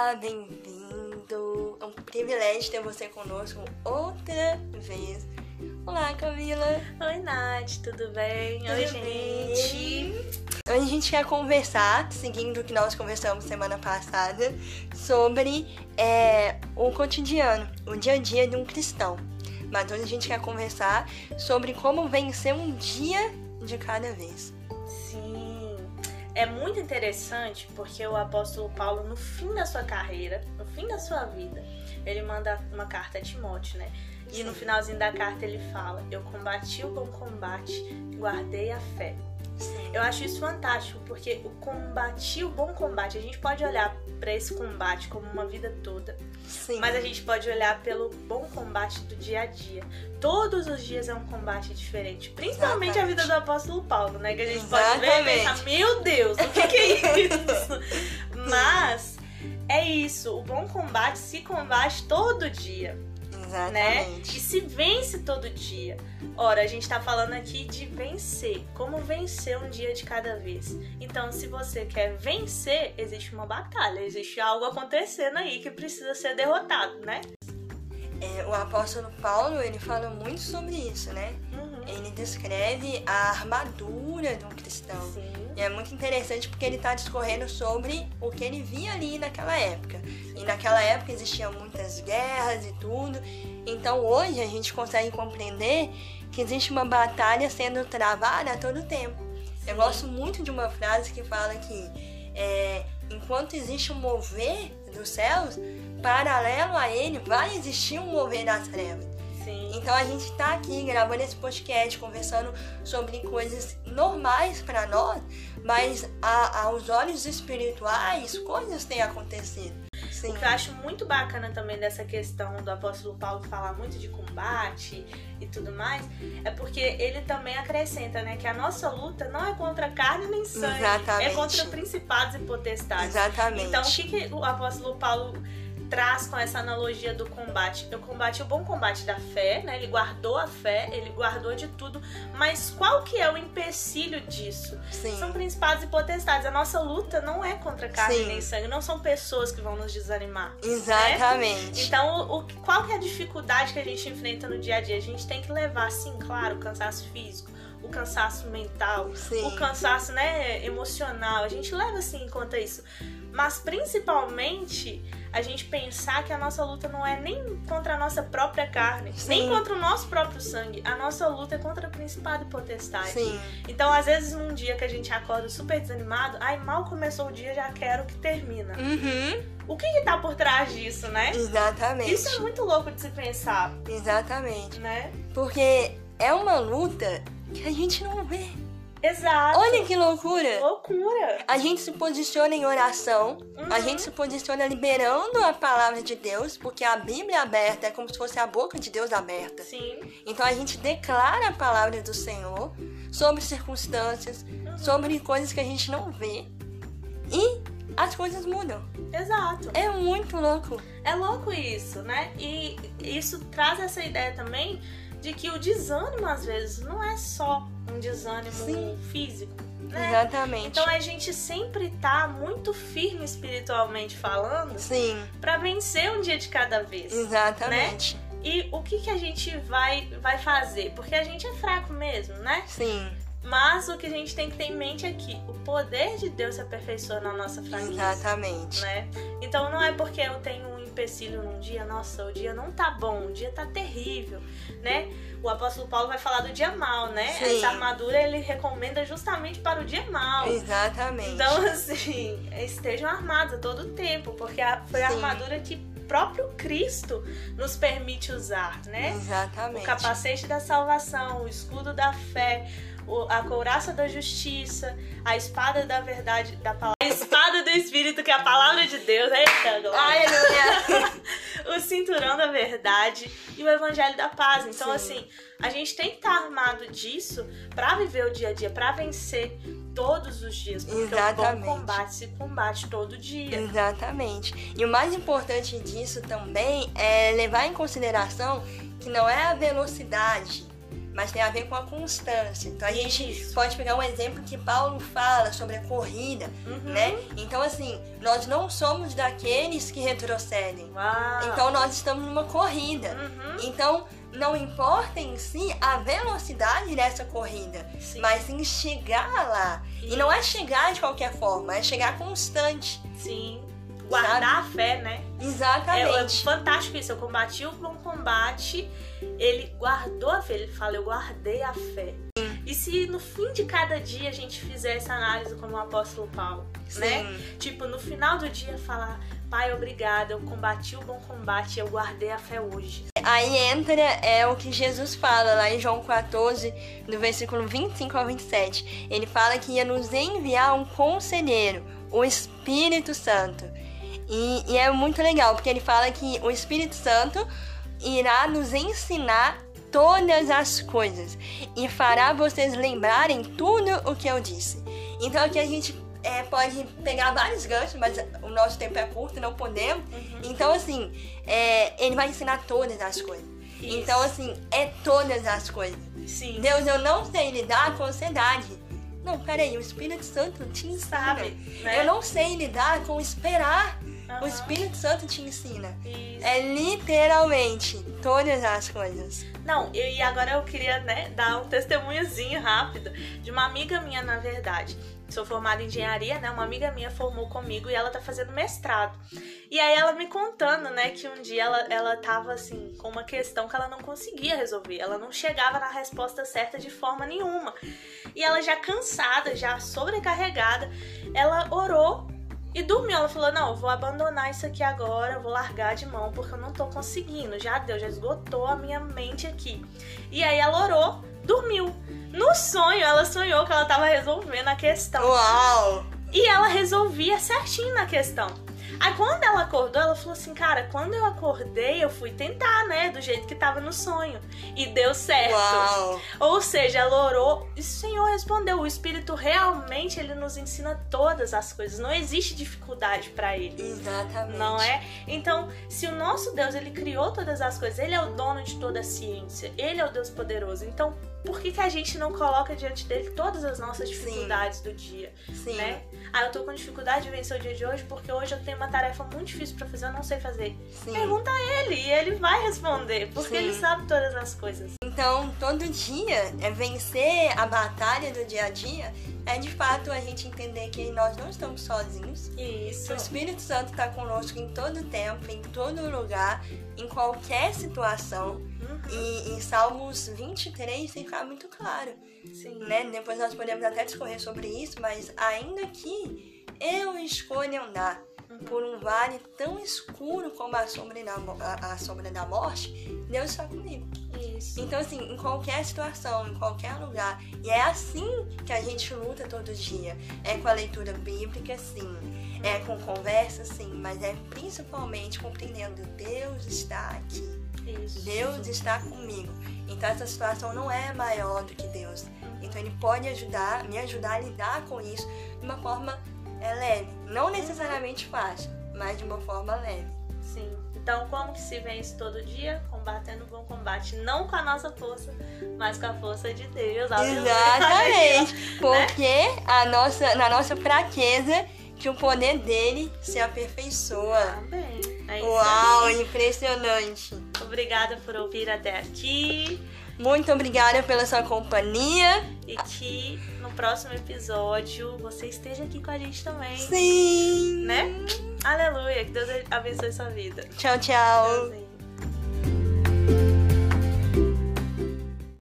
Olá, bem-vindo. É um privilégio ter você conosco outra vez. Olá, Camila. Oi, Nath, tudo bem? Oi, gente. Hoje a gente quer conversar, seguindo o que nós conversamos semana passada, sobre o cotidiano, o dia a dia de um cristão. Mas hoje a gente quer conversar sobre como vencer um dia de cada vez. Sim, é muito interessante porque o apóstolo Paulo, no fim da sua carreira, no fim da sua vida, ele manda uma carta a Timóteo, né? E Sim. No finalzinho da carta ele fala: eu combati o bom combate, guardei a fé. Sim. Eu acho isso fantástico, porque o combati o bom combate, a gente pode olhar para esse combate como uma vida toda, Sim. mas a gente pode olhar pelo bom combate do dia a dia. Todos os dias é um combate diferente, principalmente a vida do apóstolo Paulo, né? Que a gente pode ver e pensar, meu Deus, o que é isso? Mas é isso, o bom combate se combate todo dia. Exatamente. Né? E se vence todo dia. Ora, a gente tá falando aqui de vencer. Como vencer um dia de cada vez. Então, se você quer vencer, existe uma batalha. Existe algo acontecendo aí que precisa ser derrotado, né? O apóstolo Paulo, ele fala muito sobre isso, né? Ele descreve a armadura de um cristão. Sim. E é muito interessante porque ele está discorrendo sobre o que ele via ali naquela época. E naquela época existiam muitas guerras e tudo. Então hoje a gente consegue compreender que existe uma batalha sendo travada a todo tempo. Sim. Eu gosto muito de uma frase que fala que enquanto existe um mover dos céus, paralelo a ele vai existir um mover das trevas. Sim. Então a gente tá aqui gravando esse podcast, conversando sobre coisas normais para nós, mas aos olhos espirituais, coisas têm acontecido. Sim. O que eu acho muito bacana também dessa questão do apóstolo Paulo falar muito de combate e tudo mais, é porque ele também acrescenta, né, que a nossa luta não é contra carne nem sangue. Exatamente. É contra principados e potestades. Exatamente. Então, o que o apóstolo Paulo traz com essa analogia do combate? Eu combati o bom combate da fé, né? Ele guardou a fé, ele guardou de tudo, mas qual que é o empecilho disso? Sim. São principados e potestades. A nossa luta não é contra carne Sim. nem sangue, não são pessoas que vão nos desanimar. Exatamente. Né? Então, qual que é a dificuldade que a gente enfrenta no dia a dia? A gente tem que levar, sim, claro, o cansaço físico, o cansaço mental, Sim. o cansaço, né, emocional. A gente leva, assim, em conta isso. Mas, principalmente, a gente pensar que a nossa luta não é nem contra a nossa própria carne, Sim. nem contra o nosso próprio sangue. A nossa luta é contra o principado e potestade. Sim. Então, às vezes, num dia que a gente acorda super desanimado, mal começou o dia, já quero que termina. O que tá por trás disso, né? Exatamente. Isso é muito louco de se pensar, Exatamente. né? Porque é uma luta que a gente não vê. Exato. Olha que loucura! Loucura. A gente se posiciona em oração, a gente se posiciona liberando a palavra de Deus, porque a Bíblia é aberta é como se fosse a boca de Deus aberta. Sim. Então a gente declara a palavra do Senhor sobre circunstâncias, sobre coisas que a gente não vê, e as coisas mudam. Exato. É muito louco. É louco isso, né? E isso traz essa ideia também de que o desânimo, às vezes, não é só um desânimo Sim. físico, né? Exatamente. Então a gente sempre tá muito firme espiritualmente falando Sim, pra vencer um dia de cada vez. exatamente. E o que a gente vai fazer? Porque a gente é fraco mesmo, né? Sim, Mas o que a gente tem que ter em mente é que o poder de Deus se aperfeiçoa na nossa fraqueza. exatamente. Né? Então não é porque eu tenho um empecilho num dia, nossa, o dia não tá bom, o dia tá terrível, né? O apóstolo Paulo vai falar do dia mau, né? Sim. Essa armadura ele recomenda justamente para o dia mau. Exatamente. Então, assim, estejam armados a todo tempo, porque foi a Sim. armadura que próprio Cristo nos permite usar, né? Exatamente. O capacete da salvação, o escudo da fé, a couraça da justiça, a espada da verdade, da palavra, a espada do Espírito, que é a palavra de Deus, eita, glória. Aleluia. O cinturão da verdade e o evangelho da paz. Então, Sim. assim, a gente tem que estar armado disso pra viver o dia a dia, pra vencer todos os dias, porque Exatamente. o bom combate se combate todo dia. Exatamente. E o mais importante disso também é levar em consideração que não é a velocidade mas tem a ver com a constância. Então a gente pode pegar um exemplo que Paulo fala sobre a corrida, né? Então assim, nós não somos daqueles que retrocedem. Então nós estamos numa corrida. Então não importa em si a velocidade dessa corrida, mas em chegar lá. E não é chegar de qualquer forma, é chegar constante. Sim. Guardar a fé, né? Exatamente. É fantástico isso. Eu combati o bom combate. Ele guardou a fé. Ele fala, eu guardei a fé. E se no fim de cada dia a gente fizer essa análise como o apóstolo Paulo, né? Tipo, no final do dia falar, Pai, obrigada, eu combati o bom combate, eu guardei a fé hoje. Aí entra o que Jesus fala lá em João 14, no versículo 25 ao 27. Ele fala que ia nos enviar um conselheiro, o Espírito Santo. E é muito legal, porque ele fala que o Espírito Santo irá nos ensinar todas as coisas e fará vocês lembrarem tudo o que eu disse. Então aqui a gente pode pegar vários ganchos, mas o nosso tempo é curto, não podemos. Então assim, ele vai ensinar todas as coisas. Isso. Então assim, todas as coisas. Sim. Deus, eu não sei lidar com ansiedade. Não, peraí, o Espírito Santo te ensina. Né? Eu não sei lidar com esperar. O Espírito Santo te ensina. Isso. É literalmente todas as coisas. Não, e agora eu queria, né, dar um testemunhozinho rápido de uma amiga minha, na verdade. Sou formada em engenharia, né? Uma amiga minha formou comigo e ela tá fazendo mestrado. E aí ela me contando, né, que um dia ela tava, assim, com uma questão que ela não conseguia resolver. Ela não chegava na resposta certa de forma nenhuma. E ela já cansada, já sobrecarregada, ela orou e dormiu. Ela falou, não, eu vou abandonar isso aqui agora, eu vou largar de mão porque eu não tô conseguindo. Já deu, já esgotou a minha mente aqui. E aí ela orou, dormiu. No sonho, ela sonhou que ela tava resolvendo a questão. Uau! E ela resolvia certinho na questão. Aí quando ela acordou, ela falou assim, cara, quando eu acordei, eu fui tentar, né, do jeito que tava no sonho. E deu certo. Uau. Ou seja, ela orou e o Senhor respondeu. O Espírito realmente, ele nos ensina todas as coisas. Não existe dificuldade pra ele. Exatamente. Não é? Então, se o nosso Deus, ele criou todas as coisas, ele é o dono de toda a ciência, ele é o Deus poderoso. Então, por que a gente não coloca diante dele todas as nossas dificuldades do dia? Sim. Né? Ah, eu tô com dificuldade de vencer o dia de hoje porque hoje eu tenho uma tarefa muito difícil pra fazer, eu não sei fazer. Sim. Pergunta a ele e ele vai responder, porque ele sabe todas as coisas. Então, todo dia, vencer a batalha do dia a dia é de fato a gente entender que nós não estamos sozinhos. Isso. O Espírito Santo está conosco em todo tempo, em todo lugar, em qualquer situação. E em Salmos 23 fica muito claro. Sim. Né? Depois nós podemos até discorrer sobre isso, mas ainda que eu escolha andar por um vale tão escuro como a sombra da morte, Deus está comigo. Isso. Então, assim, em qualquer situação, em qualquer lugar. E é assim que a gente luta todo dia. É com a leitura bíblica, sim. É com conversa, sim. Mas é principalmente compreendendo Deus está aqui. Isso. Deus está comigo. Então, essa situação não é maior do que Deus. Então, Ele pode me ajudar a lidar com isso de uma forma leve. Não necessariamente fácil, mas de uma forma leve. Sim. Então, como que se vence todo dia? Combatendo o bom combate. Não com a nossa força, mas com a força de Deus. Exatamente. Porque na nossa fraqueza que o poder dele se aperfeiçoa. Amém. É isso. Uau, aí. Impressionante. Obrigada por ouvir até aqui. Muito obrigada pela sua companhia. E que no próximo episódio você esteja aqui com a gente também. Sim. Né? Aleluia. Que Deus abençoe sua vida. Tchau, tchau. Tchauzinho.